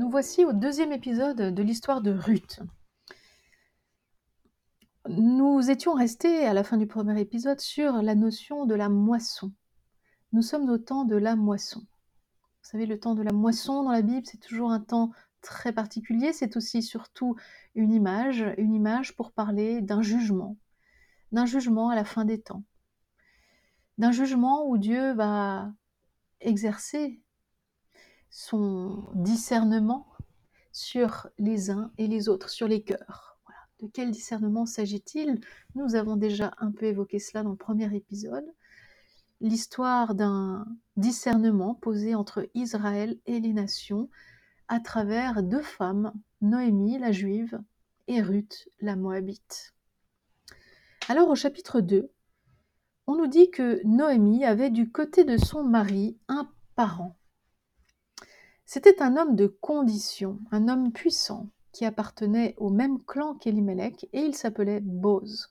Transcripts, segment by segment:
Nous voici au deuxième épisode de l'histoire de Ruth. Nous étions restés à la fin du premier épisode sur la notion de la moisson. Nous sommes au temps de la moisson. Vous savez, le temps de la moisson dans la Bible, c'est toujours un temps très particulier. C'est aussi surtout une image pour parler d'un jugement à la fin des temps, d'un jugement où Dieu va exercer son discernement sur les uns et les autres, sur les cœurs. Voilà. De quel discernement s'agit-il? Nous avons déjà un peu évoqué cela dans le premier épisode. L'histoire d'un discernement posé entre Israël et les nations à travers deux femmes, Noémie, la juive, et Ruth, la moabite. Alors au chapitre 2, on nous dit que Noémie avait du côté de son mari un parent. C'était un homme de condition, un homme puissant, qui appartenait au même clan qu'Elimelech, et il s'appelait Boz.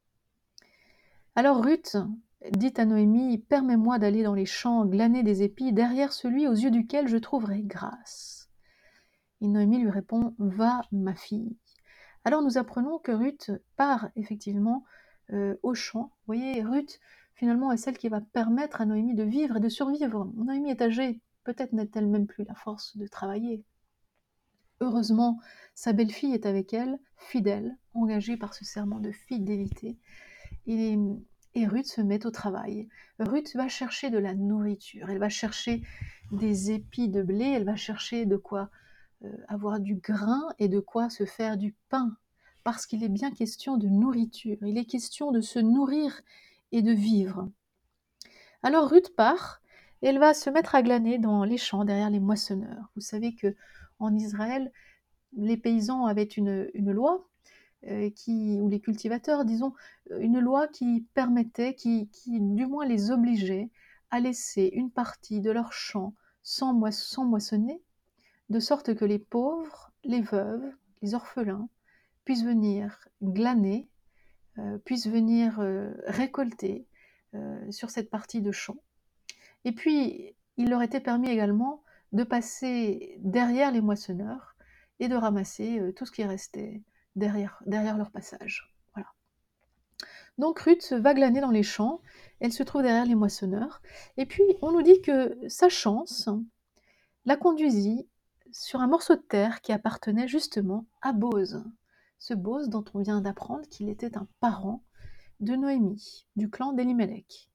Alors Ruth dit à Noémie, « Permets-moi d'aller dans les champs glaner des épis derrière celui aux yeux duquel je trouverai grâce. » Et Noémie lui répond, « Va, ma fille. » Alors nous apprenons que Ruth part effectivement au champ. Vous voyez, Ruth, finalement, est celle qui va permettre à Noémie de vivre et de survivre. Noémie est âgée, peut-être n'a-t-elle même plus la force de travailler. Heureusement, sa belle-fille est avec elle, fidèle, engagée par ce serment de fidélité. Et Ruth se met au travail. Ruth va chercher de la nourriture, elle va chercher des épis de blé, elle va chercher de quoi avoir du grain et de quoi se faire du pain. Parce qu'il est bien question de nourriture, il est question de se nourrir et de vivre. Alors Ruth part, et elle va se mettre à glaner dans les champs derrière les moissonneurs. Vous savez que en Israël, les paysans avaient une loi, ou les cultivateurs, disons, une loi qui permettait, qui du moins les obligeait à laisser une partie de leurs champs sans moissonner, de sorte que les pauvres, les veuves, les orphelins puissent venir glaner, puissent venir récolter sur cette partie de champ. Et puis, il leur était permis également de passer derrière les moissonneurs et de ramasser tout ce qui restait derrière leur passage. Voilà. Donc Ruth va glaner dans les champs, elle se trouve derrière les moissonneurs, et puis on nous dit que sa chance la conduisit sur un morceau de terre qui appartenait justement à Boz. Ce Boz dont on vient d'apprendre qu'il était un parent de Noémie, du clan d'Elimelech.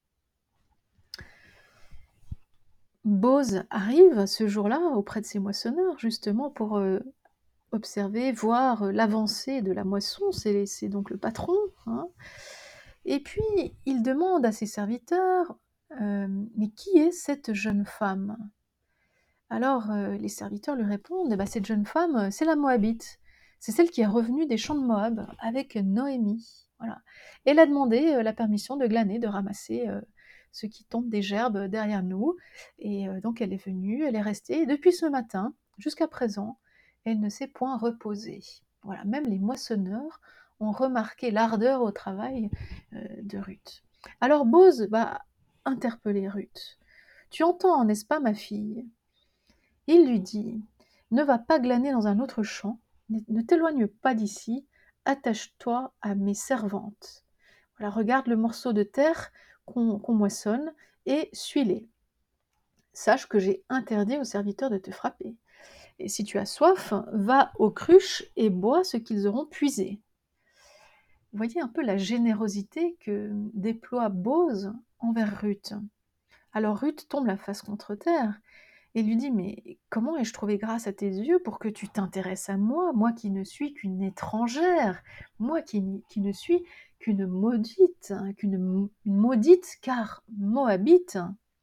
Boz arrive ce jour-là auprès de ses moissonneurs, justement pour observer, voir l'avancée de la moisson, c'est donc le patron. Hein. Et puis, il demande à ses serviteurs, mais qui est cette jeune femme? Alors, les serviteurs lui répondent, cette jeune femme, c'est la Moabite. C'est celle qui est revenue des champs de Moab avec Noémie. Voilà. Et elle a demandé la permission de glaner, de ramasser ce qui tombe des gerbes derrière nous. Et donc elle est venue, elle est restée. Et depuis ce matin, jusqu'à présent, elle ne s'est point reposée. Voilà. Même les moissonneurs ont remarqué l'ardeur au travail de Ruth. Alors Boz va interpeller Ruth. Tu entends, n'est-ce pas, ma fille? Il lui dit, ne va pas glaner dans un autre champ, ne t'éloigne pas d'ici, attache-toi à mes servantes. Voilà, regarde le morceau de terre qu'on moissonne et suis-les. Sache que j'ai interdit aux serviteurs de te frapper. Et si tu as soif, va aux cruches et bois ce qu'ils auront puisé. Vous voyez un peu la générosité que déploie Boz envers Ruth. Alors Ruth tombe la face contre terre et lui dit, mais comment ai-je trouvé grâce à tes yeux pour que tu t'intéresses à moi, moi qui ne suis qu'une étrangère, moi qui ne suis qu'une maudite, une maudite car moabite.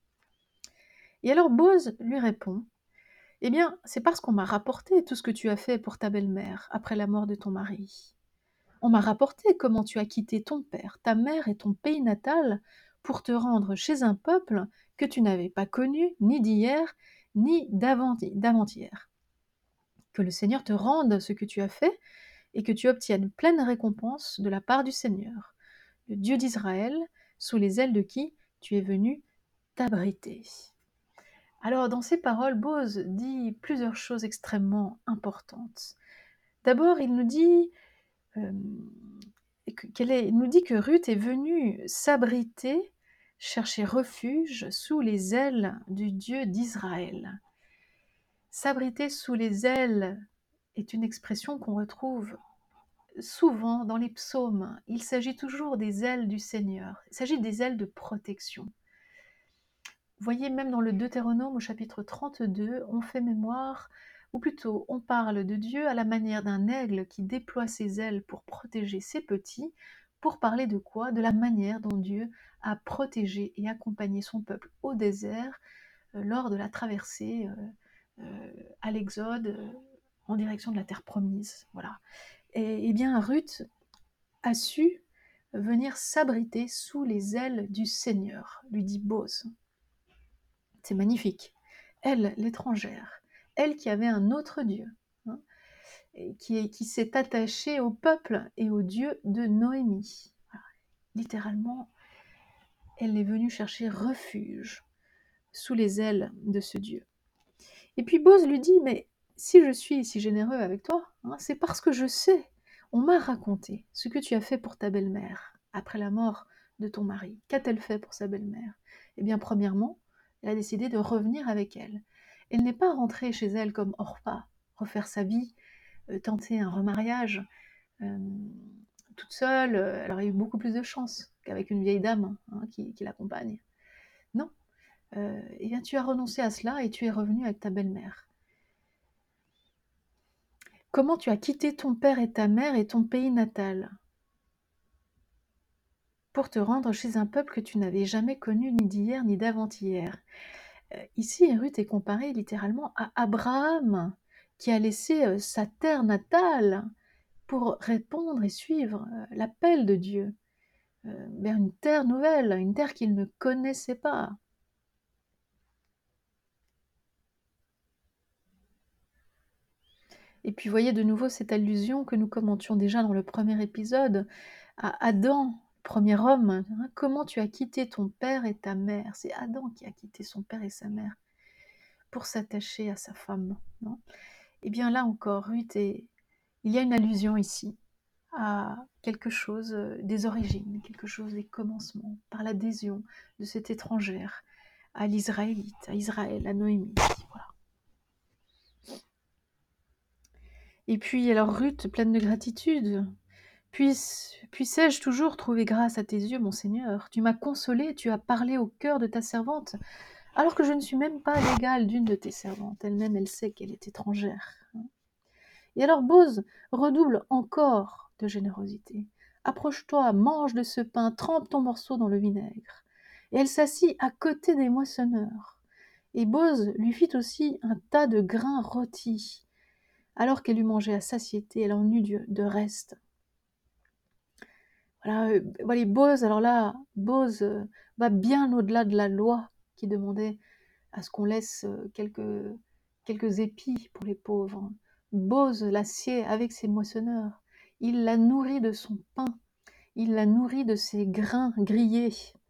Et alors Boz lui répond, eh bien, c'est parce qu'on m'a rapporté tout ce que tu as fait pour ta belle-mère après la mort de ton mari. On m'a rapporté comment tu as quitté ton père, ta mère et ton pays natal pour te rendre chez un peuple que tu n'avais pas connu ni d'hier ni d'avant-hier. Que le Seigneur te rende ce que tu as fait et que tu obtiennes pleine récompense de la part du Seigneur, le Dieu d'Israël, sous les ailes de qui tu es venu t'abriter. Alors, dans ces paroles, Boz dit plusieurs choses extrêmement importantes. D'abord, il nous dit, il nous dit que Ruth est venue s'abriter, chercher refuge sous les ailes du Dieu d'Israël. S'abriter sous les ailes est une expression qu'on retrouve souvent dans les psaumes. Il s'agit toujours des ailes du Seigneur. Il s'agit des ailes de protection. Vous voyez, même dans le Deutéronome au chapitre 32, on fait mémoire, ou plutôt on parle de Dieu à la manière d'un aigle qui déploie ses ailes pour protéger ses petits, pour parler de quoi? De la manière dont Dieu a protégé et accompagné son peuple au désert lors de la traversée à l'Exode en direction de la terre promise. Voilà. Et bien Ruth a su venir s'abriter sous les ailes du Seigneur, lui dit Boz. C'est magnifique. Elle, l'étrangère, elle qui avait un autre Dieu, hein, et qui s'est attachée au peuple et au Dieu de Noémie. Voilà. Littéralement, elle est venue chercher refuge sous les ailes de ce Dieu. Et puis Boz lui dit, mais si je suis si généreux avec toi, hein, c'est parce que je sais, on m'a raconté ce que tu as fait pour ta belle-mère après la mort de ton mari. Qu'a-t-elle fait pour sa belle-mère? Eh bien, premièrement, elle a décidé de revenir avec elle. Elle n'est pas rentrée chez elle comme Orpha, refaire sa vie, tenter un remariage, euh, toute seule. Elle aurait eu beaucoup plus de chance qu'avec une vieille dame hein, qui l'accompagne. Non, eh bien, tu as renoncé à cela et tu es revenu avec ta belle-mère. Comment tu as quitté ton père et ta mère et ton pays natal pour te rendre chez un peuple que tu n'avais jamais connu ni d'hier ni d'avant-hier. Ici, Ruth est comparée littéralement à Abraham, qui a laissé sa terre natale pour répondre et suivre l'appel de Dieu vers une terre nouvelle, une terre qu'il ne connaissait pas. Et puis voyez de nouveau cette allusion que nous commentions déjà dans le premier épisode à Adam, premier homme. Hein, comment tu as quitté ton père et ta mère? C'est Adam qui a quitté son père et sa mère pour s'attacher à sa femme. Non? Et bien là encore, il y a une allusion ici à quelque chose des origines, quelque chose des commencements, par l'adhésion de cette étrangère à l'Israélite, à Israël, à Noémie. Voilà. Et puis alors Ruth, pleine de gratitude, puissais-je toujours trouver grâce à tes yeux, mon Seigneur? Tu m'as consolée, tu as parlé au cœur de ta servante, alors que je ne suis même pas l'égale d'une de tes servantes. Elle-même, elle sait qu'elle est étrangère. Et alors Boz redouble encore de générosité. Approche-toi, mange de ce pain, trempe ton morceau dans le vinaigre. Et elle s'assit à côté des moissonneurs. Et Boz lui fit aussi un tas de grains rôtis. Alors qu'elle eut mangé à satiété, elle en eut de reste. Voilà, Boz, alors là, Boz va bien au-delà de la loi qui demandait à ce qu'on laisse quelques épis pour les pauvres. Boz l'assied avec ses moissonneurs. Il la nourrit de son pain. Il la nourrit de ses grains grillés.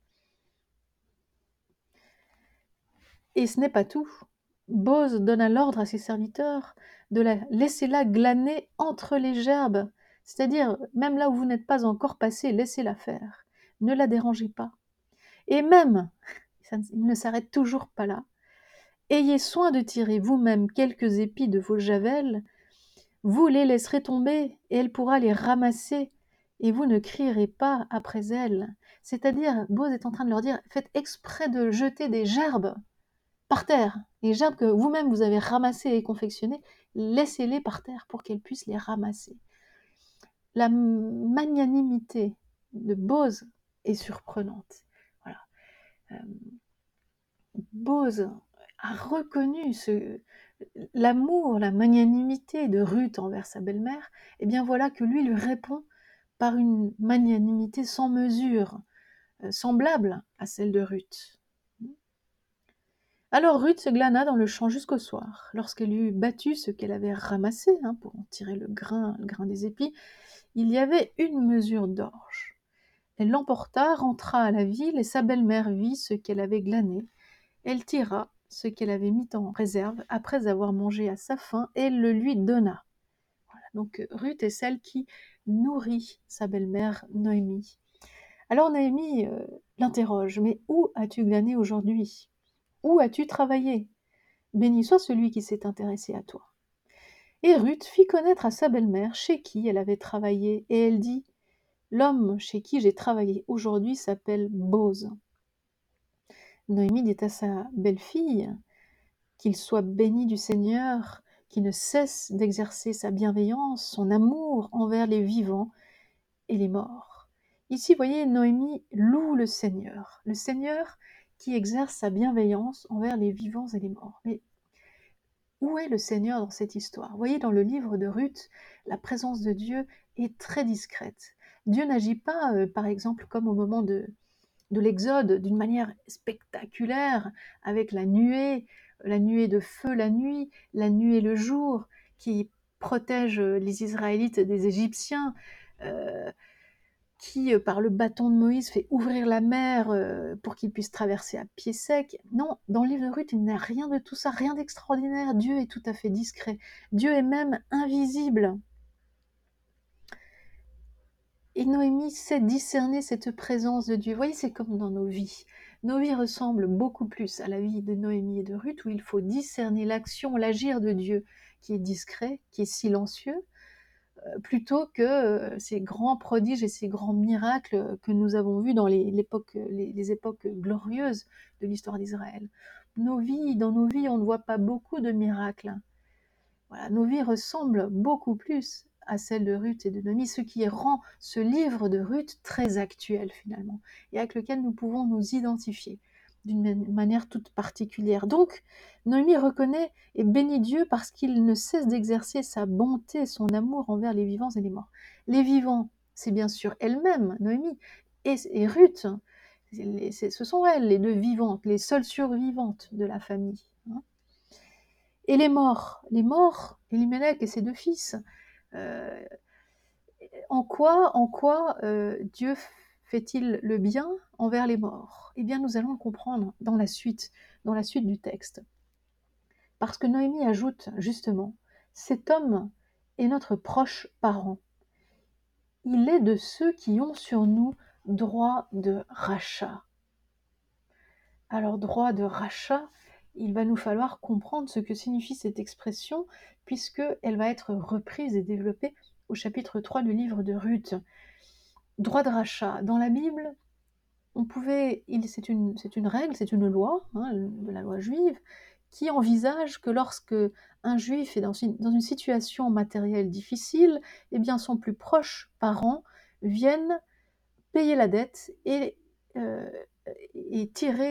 Et ce n'est pas tout. Boz donna l'ordre à ses serviteurs de la laisser là glaner entre les gerbes. C'est-à-dire, même là où vous n'êtes pas encore passé, laissez-la faire. Ne la dérangez pas. Et même, il ne s'arrête toujours pas là, ayez soin de tirer vous-même quelques épis de vos javelles, vous les laisserez tomber, et elle pourra les ramasser, et vous ne crierez pas après elle. C'est-à-dire, Boz est en train de leur dire, faites exprès de jeter des gerbes par terre. Les gerbes que vous-même vous avez ramassées et confectionnées, laissez-les par terre pour qu'elle puisse les ramasser. La magnanimité de Boz est surprenante. Voilà. Boz a reconnu l'amour, la magnanimité de Ruth envers sa belle-mère, et bien voilà que lui répond par une magnanimité sans mesure, semblable à celle de Ruth. Alors Ruth se glana dans le champ jusqu'au soir. Lorsqu'elle eut battu ce qu'elle avait ramassé pour en tirer le grain des épis, il y avait une mesure d'orge. Elle l'emporta, rentra à la ville, et sa belle-mère vit ce qu'elle avait glané. Elle tira ce qu'elle avait mis en réserve après avoir mangé à sa faim et le lui donna. Voilà, donc Ruth est celle qui nourrit sa belle-mère Noémie. Alors Noémie l'interroge, mais où as-tu glané aujourd'hui? Où as-tu travaillé? Béni soit celui qui s'est intéressé à toi. Et Ruth fit connaître à sa belle-mère chez qui elle avait travaillé, et elle dit, l'homme chez qui j'ai travaillé aujourd'hui s'appelle Bose. Noémie dit à sa belle-fille, qu'il soit béni du Seigneur, qui ne cesse d'exercer sa bienveillance, son amour envers les vivants et les morts. Ici, vous voyez, Noémie loue le Seigneur qui exerce sa bienveillance envers les vivants et les morts. Mais où est le Seigneur dans cette histoire? Vous voyez, dans le livre de Ruth, la présence de Dieu est très discrète. Dieu n'agit pas, par exemple, comme au moment de l'Exode, d'une manière spectaculaire, avec la nuée de feu la nuit, la nuée le jour, qui protège les Israélites des Égyptiens, euh, qui, par le bâton de Moïse, fait ouvrir la mer pour qu'ils puissent traverser à pied sec. Non, dans le livre de Ruth, il n'y a rien de tout ça, rien d'extraordinaire. Dieu est tout à fait discret. Dieu est même invisible. Et Noémie sait discerner cette présence de Dieu. Vous voyez, c'est comme dans nos vies. Nos vies ressemblent beaucoup plus à la vie de Noémie et de Ruth, où il faut discerner l'action, l'agir de Dieu, qui est discret, qui est silencieux, plutôt que ces grands prodiges et ces grands miracles que nous avons vus dans les époques glorieuses de l'histoire d'Israël. Dans nos vies, on ne voit pas beaucoup de miracles. Voilà, nos vies ressemblent beaucoup plus à celles de Ruth et de Noémie, ce qui rend ce livre de Ruth très actuel finalement, et avec lequel nous pouvons nous identifier d'une manière toute particulière. Donc, Noémie reconnaît et bénit Dieu parce qu'il ne cesse d'exercer sa bonté et son amour envers les vivants et les morts. Les vivants, c'est bien sûr elle-même, Noémie, et Ruth, ce sont elles, les deux vivantes, les seules survivantes de la famille. Et les morts, Elimelech et ses deux fils, euh, en quoi Dieu fait-il le bien envers les morts? Eh bien, nous allons le comprendre dans la suite du texte. Parce que Noémie ajoute justement, cet homme est notre proche parent. Il est de ceux qui ont sur nous droit de rachat. Alors, droit de rachat, il va nous falloir comprendre ce que signifie cette expression, puisqu'elle va être reprise et développée au chapitre 3 du livre de Ruth. Droit de rachat. Dans la Bible, c'est une règle, c'est une loi, de la loi juive, qui envisage que lorsque un juif est dans une situation matérielle difficile, eh bien son plus proche parent vienne payer la dette euh, et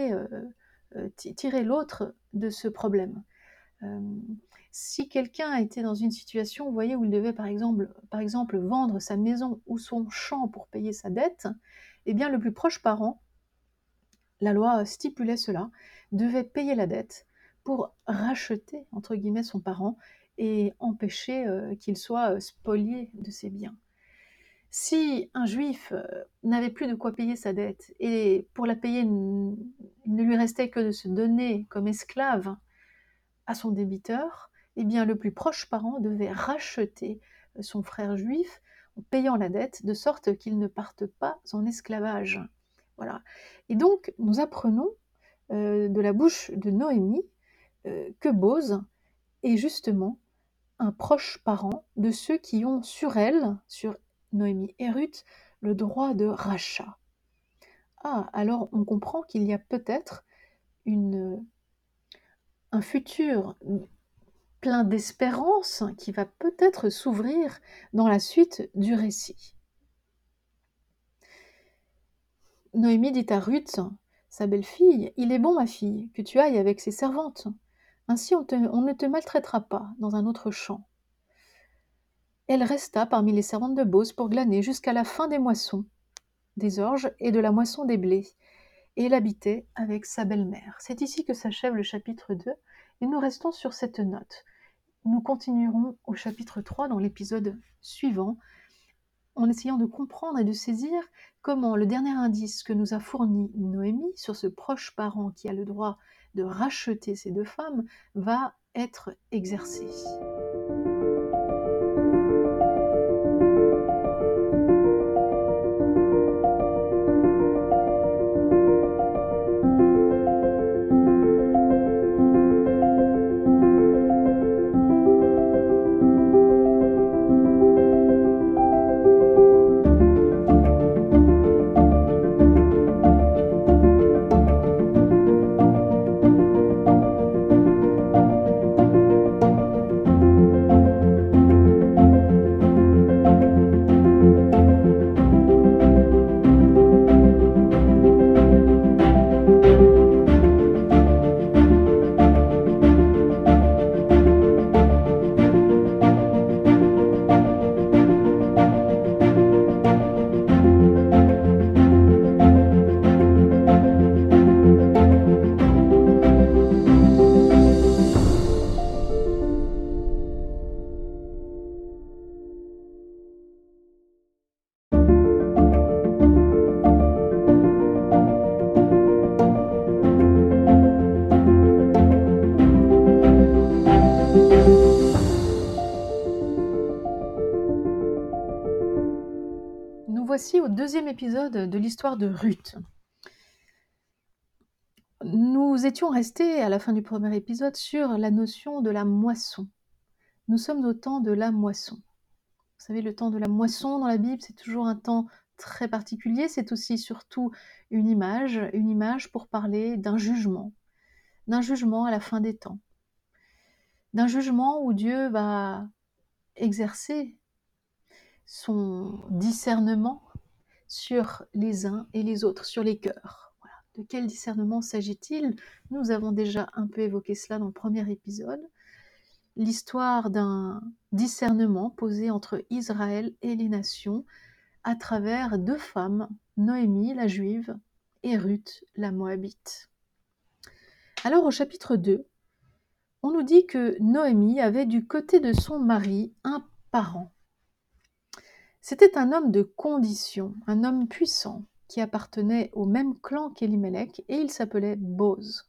tirer l'autre de ce problème. Euh, si quelqu'un était dans une situation, vous voyez, où il devait par exemple vendre sa maison ou son champ pour payer sa dette, eh bien le plus proche parent, la loi stipulait cela, devait payer la dette pour racheter, entre guillemets, son parent et empêcher qu'il soit spolié de ses biens. Si un juif n'avait plus de quoi payer sa dette, et pour la payer, il ne lui restait que de se donner comme esclave à son débiteur, eh bien le plus proche parent devait racheter son frère juif en payant la dette, de sorte qu'il ne parte pas en esclavage. Voilà. Et donc, nous apprenons de la bouche de Noémie que Bose est justement un proche parent de ceux qui ont sur elle, sur Noémie et Ruth, le droit de rachat. Ah, alors on comprend qu'il y a peut-être un futur plein d'espérance qui va peut-être s'ouvrir dans la suite du récit. Noémie dit à Ruth, sa belle-fille, « Il est bon, ma fille, que tu ailles avec ses servantes. Ainsi on ne te maltraitera pas dans un autre champ. » Elle resta parmi les servantes de Bose pour glaner jusqu'à la fin des moissons, des orges et de la moisson des blés, et elle habitait avec sa belle-mère. C'est ici que s'achève le chapitre 2, et nous restons sur cette note. Nous continuerons au chapitre 3 dans l'épisode suivant, en essayant de comprendre et de saisir comment le dernier indice que nous a fourni Noémie sur ce proche parent qui a le droit de racheter ces deux femmes va être exercée. Nous voici au deuxième épisode de l'histoire de Ruth. Nous étions restés à la fin du premier épisode sur la notion de la moisson. Nous sommes au temps de la moisson. Vous savez, le temps de la moisson dans la Bible, c'est toujours un temps très particulier. C'est aussi surtout une image pour parler d'un jugement à la fin des temps. D'un jugement où Dieu va exercer son discernement sur les uns et les autres, sur les cœurs. Voilà. De quel discernement s'agit-il? Nous avons déjà un peu évoqué cela dans le premier épisode. L'histoire d'un discernement posé entre Israël et les nations à travers deux femmes, Noémie, la juive, et Ruth, la moabite. Alors au chapitre 2, on nous dit que Noémie avait du côté de son mari un parent. C'était un homme de condition, un homme puissant, qui appartenait au même clan qu'Elimelech, et il s'appelait Boz.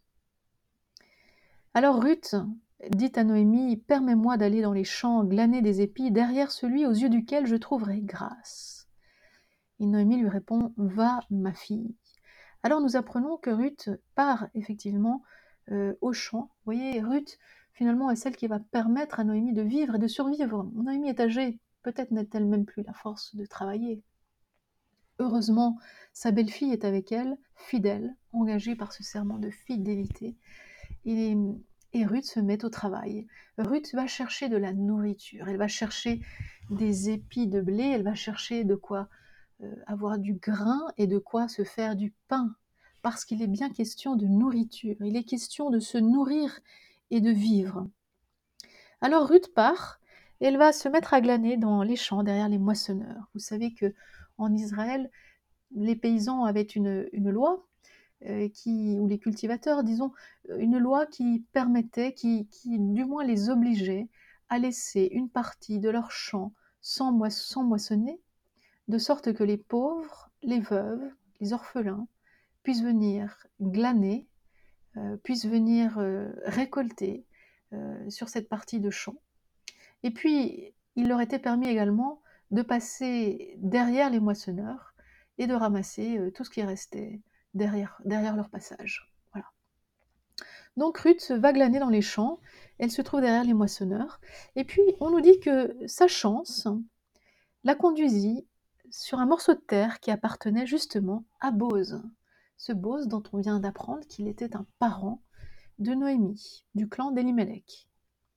Alors Ruth dit à Noémie, « Permets-moi d'aller dans les champs glaner des épis derrière celui aux yeux duquel je trouverai grâce. » Et Noémie lui répond, « Va, ma fille. » Alors nous apprenons que Ruth part effectivement au champ. Vous voyez, Ruth, finalement, est celle qui va permettre à Noémie de vivre et de survivre. Noémie est âgée, peut-être n'a-t-elle même plus la force de travailler. Heureusement, sa belle-fille est avec elle, fidèle, engagée par ce serment de fidélité. Et Ruth se met au travail. Ruth va chercher de la nourriture, elle va chercher des épis de blé, elle va chercher de quoi avoir du grain et de quoi se faire du pain. Parce qu'il est bien question de nourriture, il est question de se nourrir et de vivre. Alors Ruth part, et elle va se mettre à glaner dans les champs derrière les moissonneurs. Vous savez que en Israël, les paysans avaient une loi, ou les cultivateurs, disons, une loi qui permettait, qui du moins les obligeait à laisser une partie de leurs champs sans moissonner, de sorte que les pauvres, les veuves, les orphelins puissent venir glaner, puissent venir récolter sur cette partie de champ. Et puis, il leur était permis également de passer derrière les moissonneurs et de ramasser tout ce qui restait derrière leur passage. Voilà. Donc Ruth va glaner dans les champs, elle se trouve derrière les moissonneurs, et puis on nous dit que sa chance la conduisit sur un morceau de terre qui appartenait justement à Boz. Ce Boz dont on vient d'apprendre qu'il était un parent de Noémie, du clan d'Elimelech.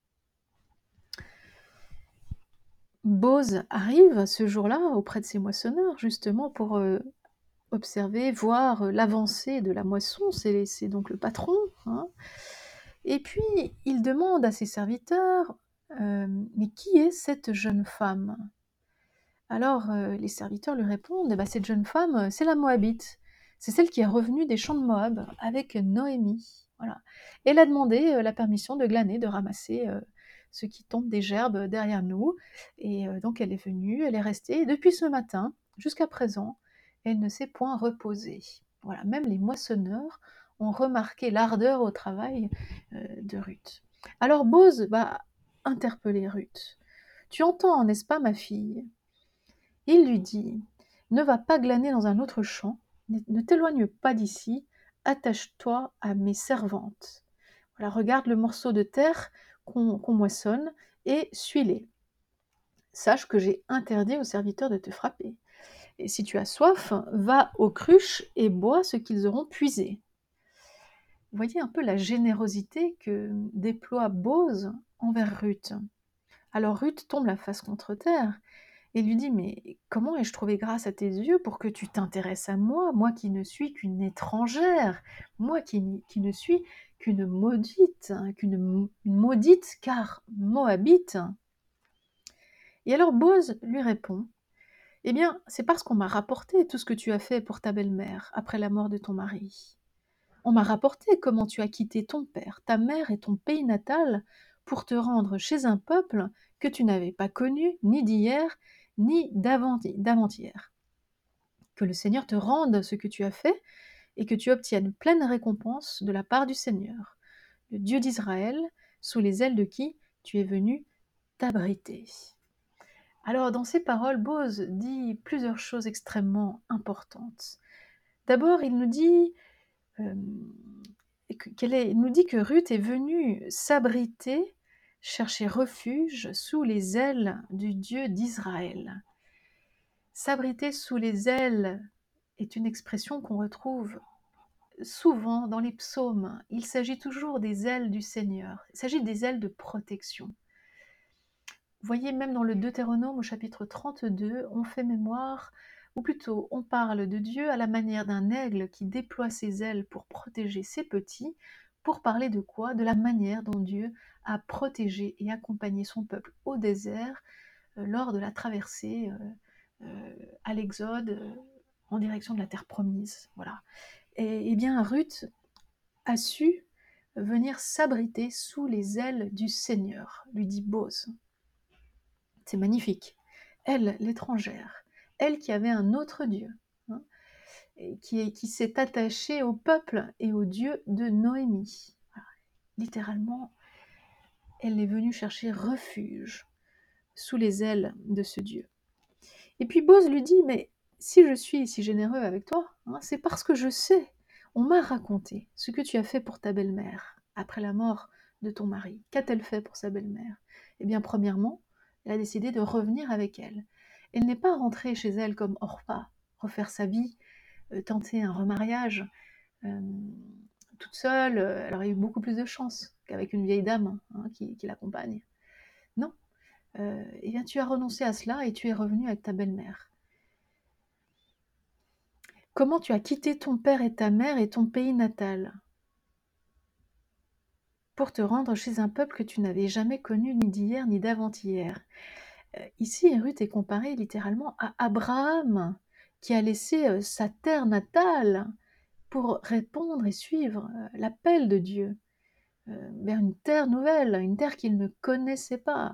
Boz arrive ce jour-là auprès de ses moissonneurs, justement pour observer, voir l'avancée de la moisson, c'est donc le patron. Hein. Et puis, il demande à ses serviteurs, mais qui est cette jeune femme? Alors, les serviteurs lui répondent, cette jeune femme, c'est la Moabite. C'est celle qui est revenue des champs de Moab avec Noémie. Voilà. Et elle a demandé la permission de glaner, de ramasser ce qui tombe des gerbes derrière nous. Et donc elle est venue, elle est restée. Et depuis ce matin, jusqu'à présent, elle ne s'est point reposée. Voilà. Même les moissonneurs ont remarqué l'ardeur au travail de Ruth. Alors Bose va interpeller Ruth. Tu entends, n'est-ce pas, ma fille? Il lui dit, ne va pas glaner dans un autre champ, ne t'éloigne pas d'ici, attache-toi à mes servantes. Voilà, regarde le morceau de terre qu'on moissonne et suis-les. Sache que j'ai interdit aux serviteurs de te frapper. Et si tu as soif, va aux cruches et bois ce qu'ils auront puisé. Vous voyez un peu la générosité que déploie Bose envers Ruth. Alors Ruth tombe la face contre terre et lui dit, mais comment ai-je trouvé grâce à tes yeux pour que tu t'intéresses à moi, moi qui ne suis qu'une étrangère, moi qui ne suis qu'une maudite, une maudite car moabite. Et alors Bose lui répond, eh bien, c'est parce qu'on m'a rapporté tout ce que tu as fait pour ta belle-mère après la mort de ton mari. On m'a rapporté comment tu as quitté ton père, ta mère et ton pays natal pour te rendre chez un peuple que tu n'avais pas connu ni d'hier ni d'avant-hier. Que le Seigneur te rende ce que tu as fait et que tu obtiennes pleine récompense de la part du Seigneur, le Dieu d'Israël, sous les ailes de qui tu es venu t'abriter. Alors, dans ces paroles, Bose dit plusieurs choses extrêmement importantes. D'abord, il nous dit, il nous dit que Ruth est venue s'abriter, chercher refuge sous les ailes du Dieu d'Israël. S'abriter sous les ailes est une expression qu'on retrouve souvent dans les psaumes. Il s'agit toujours des ailes du Seigneur. Il s'agit des ailes de protection. Vous voyez, même dans le Deutéronome au chapitre 32, on fait mémoire, ou plutôt on parle de Dieu à la manière d'un aigle qui déploie ses ailes pour protéger ses petits, pour parler de quoi? De la manière dont Dieu a protégé et accompagné son peuple au désert lors de la traversée à l'Exode en direction de la terre promise. Voilà. Et bien Ruth a su venir s'abriter sous les ailes du Seigneur, lui dit Bose. C'est magnifique. Elle, l'étrangère, elle qui avait un autre Dieu, hein, et qui s'est attachée au peuple et au Dieu de Noémie. Voilà. Littéralement, elle est venue chercher refuge sous les ailes de ce Dieu. Et puis Bose lui dit, mais si je suis si généreux avec toi, hein, c'est parce que je sais, on m'a raconté ce que tu as fait pour ta belle-mère après la mort de ton mari. Qu'a-t-elle fait pour sa belle-mère? Eh bien, premièrement, elle a décidé de revenir avec elle. Elle n'est pas rentrée chez elle comme Orpha, refaire sa vie, tenter un remariage, euh, toute seule. Elle aurait eu beaucoup plus de chance qu'avec une vieille dame hein, qui l'accompagne. Non, eh bien, tu as renoncé à cela et tu es revenu avec ta belle-mère. Comment tu as quitté ton père et ta mère et ton pays natal pour te rendre chez un peuple que tu n'avais jamais connu ni d'hier ni d'avant-hier. Ici, Ruth est comparée littéralement à Abraham, qui a laissé sa terre natale pour répondre et suivre l'appel de Dieu vers une terre nouvelle, une terre qu'il ne connaissait pas.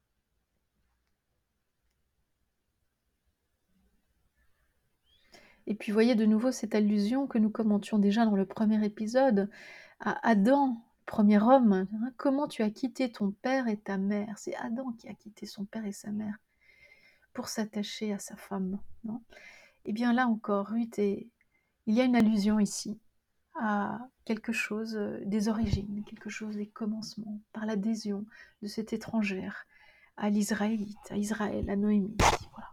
Et puis voyez de nouveau cette allusion que nous commentions déjà dans le premier épisode à Adam, le premier homme. Hein, comment tu as quitté ton père et ta mère? C'est Adam qui a quitté son père et sa mère pour s'attacher à sa femme. Non? Et bien là encore, il y a une allusion ici à quelque chose des origines, quelque chose des commencements, par l'adhésion de cette étrangère à l'Israélite, à Israël, à Noémie. Voilà.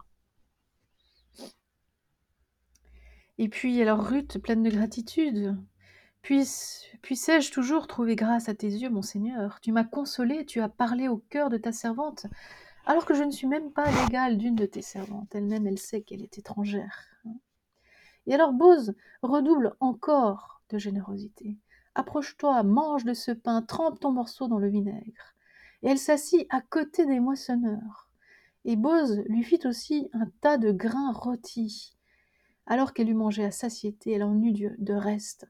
Et puis alors Ruth, pleine de gratitude, puissais-je toujours trouver grâce à tes yeux, mon Seigneur? Tu m'as consolée, tu as parlé au cœur de ta servante, alors que je ne suis même pas l'égale d'une de tes servantes. Elle-même, elle sait qu'elle est étrangère. Et alors Bose redouble encore de générosité. Approche-toi, mange de ce pain, trempe ton morceau dans le vinaigre. Et elle s'assit à côté des moissonneurs. Et Bose lui fit aussi un tas de grains rôtis. Alors qu'elle eut mangé à satiété, elle en eut de reste.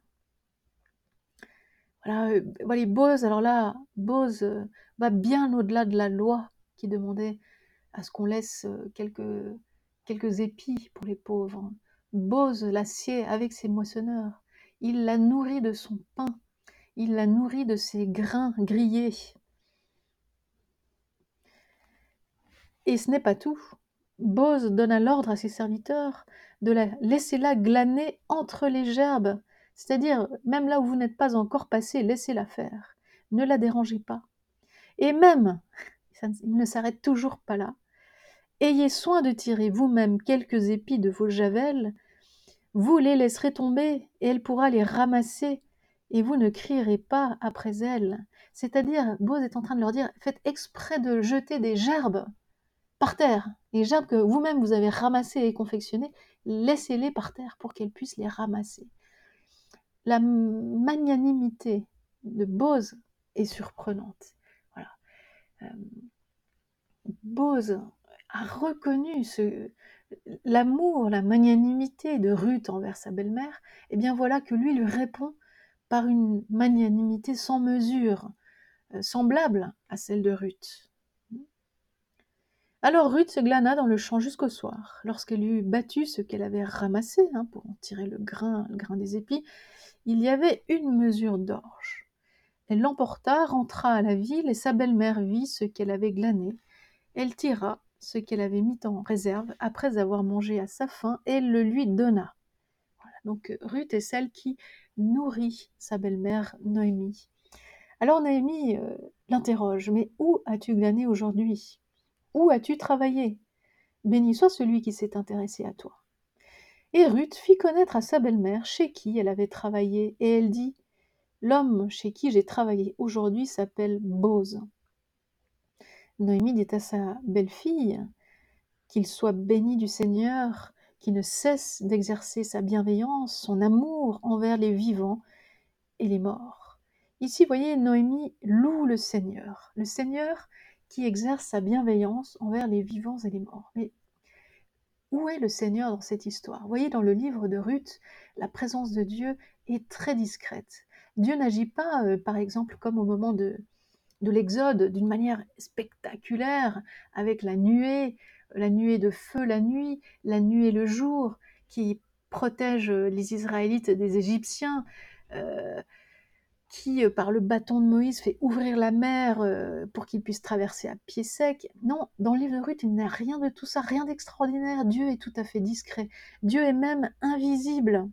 Voilà, Bose, alors là, Bose va bien au-delà de la loi qui demandait à ce qu'on laisse quelques épis pour les pauvres. Bose l'acier avec ses moissonneurs. il la nourrit de son pain, il la nourrit de ses grains grillés. Et ce n'est pas tout. Bose donna l'ordre à ses serviteurs de la laisser là glaner entre les gerbes, c'est-à-dire même là où vous n'êtes pas encore passé, laissez-la faire, ne la dérangez pas. Et même, il ne s'arrête toujours pas là, ayez soin de tirer vous-même quelques épis de vos javelles, vous les laisserez tomber et elle pourra les ramasser et vous ne crierez pas après elle. C'est-à-dire, Bose est en train de leur dire, faites exprès de jeter des gerbes par terre. Les gerbes que vous-même vous avez ramassées et confectionnées, laissez-les par terre pour qu'elles puissent les ramasser. La magnanimité de Bose est surprenante. Voilà. Bose a reconnu l'amour, la magnanimité de Ruth envers sa belle-mère, et bien voilà que lui répond par une magnanimité sans mesure, semblable à celle de Ruth. Alors Ruth se glana dans le champ jusqu'au soir. Lorsqu'elle eut battu ce qu'elle avait ramassé, pour en tirer le grain des épis, il y avait une mesure d'orge. Elle l'emporta, rentra à la ville, et sa belle-mère vit ce qu'elle avait glané. Elle tira ce qu'elle avait mis en réserve après avoir mangé à sa faim, et le lui donna. Voilà, donc Ruth est celle qui nourrit sa belle-mère Noémie. Alors Noémie l'interroge, mais où as-tu glané aujourd'hui? Où as-tu travaillé? Béni soit celui qui s'est intéressé à toi. Et Ruth fit connaître à sa belle-mère chez qui elle avait travaillé, et elle dit, l'homme chez qui j'ai travaillé aujourd'hui s'appelle Bose. Noémie dit à sa belle-fille, qu'il soit béni du Seigneur, qui ne cesse d'exercer sa bienveillance, son amour envers les vivants et les morts. Ici, vous voyez, Noémie loue le Seigneur qui exerce sa bienveillance envers les vivants et les morts. Mais où est le Seigneur dans cette histoire? Vous voyez, dans le livre de Ruth, la présence de Dieu est très discrète. Dieu n'agit pas, par exemple, comme au moment de l'Exode, d'une manière spectaculaire, avec la nuée de feu la nuit, la nuée le jour, qui protège les Israélites des Égyptiens, qui, par le bâton de Moïse, fait ouvrir la mer pour qu'ils puissent traverser à pied sec. Non, dans le livre de Ruth, il n'y a rien de tout ça, rien d'extraordinaire. Dieu est tout à fait discret. Dieu est même invisible.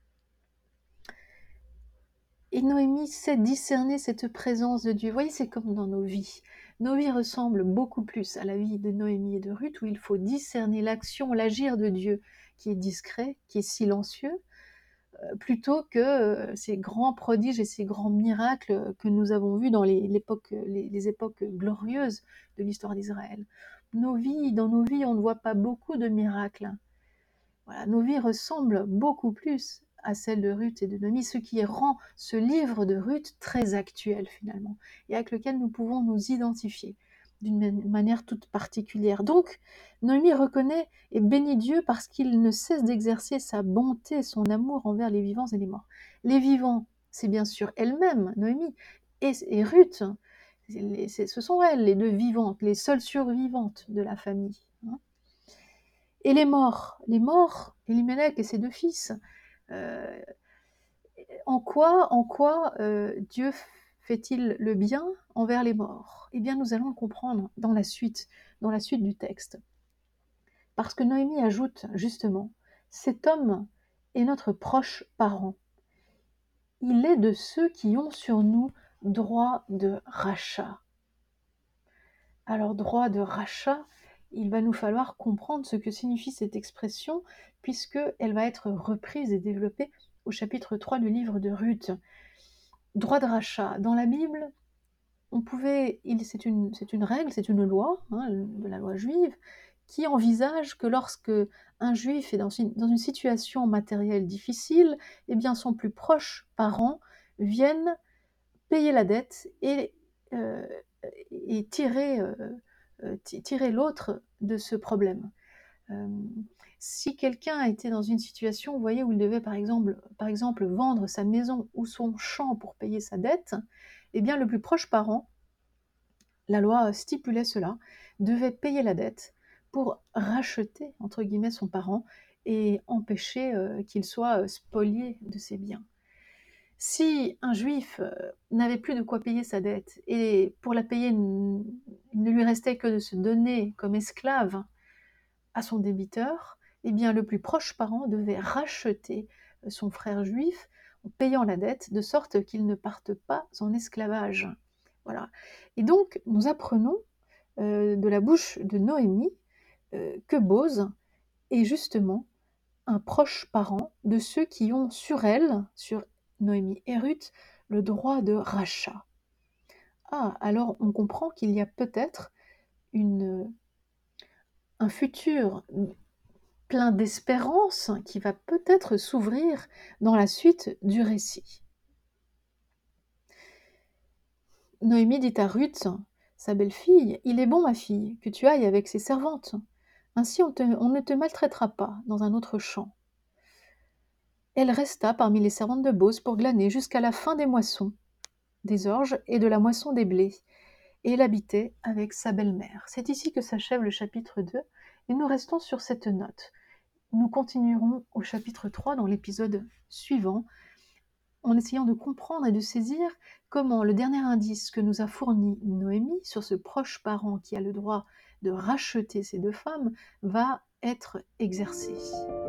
Et Noémie sait discerner cette présence de Dieu. Vous voyez, c'est comme dans nos vies. Nos vies ressemblent beaucoup plus à la vie de Noémie et de Ruth, où il faut discerner l'action, l'agir de Dieu, qui est discret, qui est silencieux, plutôt que ces grands prodiges et ces grands miracles que nous avons vus dans les époques glorieuses de l'histoire d'Israël. Dans nos vies, on ne voit pas beaucoup de miracles. Voilà, nos vies ressemblent beaucoup plus à celles de Ruth et de Noémie, ce qui rend ce livre de Ruth très actuel finalement, et avec lequel nous pouvons nous identifier d'une manière toute particulière. Donc, Noémie reconnaît et bénit Dieu parce qu'il ne cesse d'exercer sa bonté et son amour envers les vivants et les morts. Les vivants, c'est bien sûr elle-même, Noémie, et Ruth, ce sont elles, les deux vivantes, les seules survivantes de la famille. Et les morts, Elimelech et ses deux fils, euh, en quoi Dieu fait-il le bien envers les morts? Eh bien, nous allons le comprendre dans la suite du texte. Parce que Noémie ajoute justement, cet homme est notre proche parent. Il est de ceux qui ont sur nous droit de rachat. Alors, droit de rachat, il va nous falloir comprendre ce que signifie cette expression, puisqu'elle va être reprise et développée au chapitre 3 du livre de Ruth. Droit de rachat. Dans la Bible, c'est une règle, c'est une loi, de la loi juive, qui envisage que lorsque un juif est dans une situation matérielle difficile, eh bien son plus proche parent vienne payer la dette et tirer l'autre de ce problème. Si quelqu'un était dans une situation, vous voyez, où il devait par exemple vendre sa maison ou son champ pour payer sa dette, eh bien le plus proche parent, la loi stipulait cela, devait payer la dette pour racheter, entre guillemets, son parent et empêcher qu'il soit spolié de ses biens. Si un juif n'avait plus de quoi payer sa dette et pour la payer, il ne lui restait que de se donner comme esclave à son débiteur, eh bien le plus proche parent devait racheter son frère juif en payant la dette, de sorte qu'il ne parte pas en esclavage. Voilà. Et donc nous apprenons de la bouche de Noémie que Bose est justement un proche parent de ceux qui ont sur elle, sur Noémie et Ruth, le droit de rachat. Ah, alors on comprend qu'il y a peut-être un futur plein d'espérance qui va peut-être s'ouvrir dans la suite du récit. Noémie dit à Ruth, sa belle-fille, « Il est bon, ma fille, que tu ailles avec ces servantes. Ainsi on ne te maltraitera pas dans un autre champ. » Elle resta parmi les servantes de Bose pour glaner jusqu'à la fin des moissons, des orges et de la moisson des blés, et elle habitait avec sa belle-mère. C'est ici que s'achève le chapitre 2, et nous restons sur cette note. Nous continuerons au chapitre 3 dans l'épisode suivant, en essayant de comprendre et de saisir comment le dernier indice que nous a fourni Noémie sur ce proche parent qui a le droit de racheter ces deux femmes va être exercé.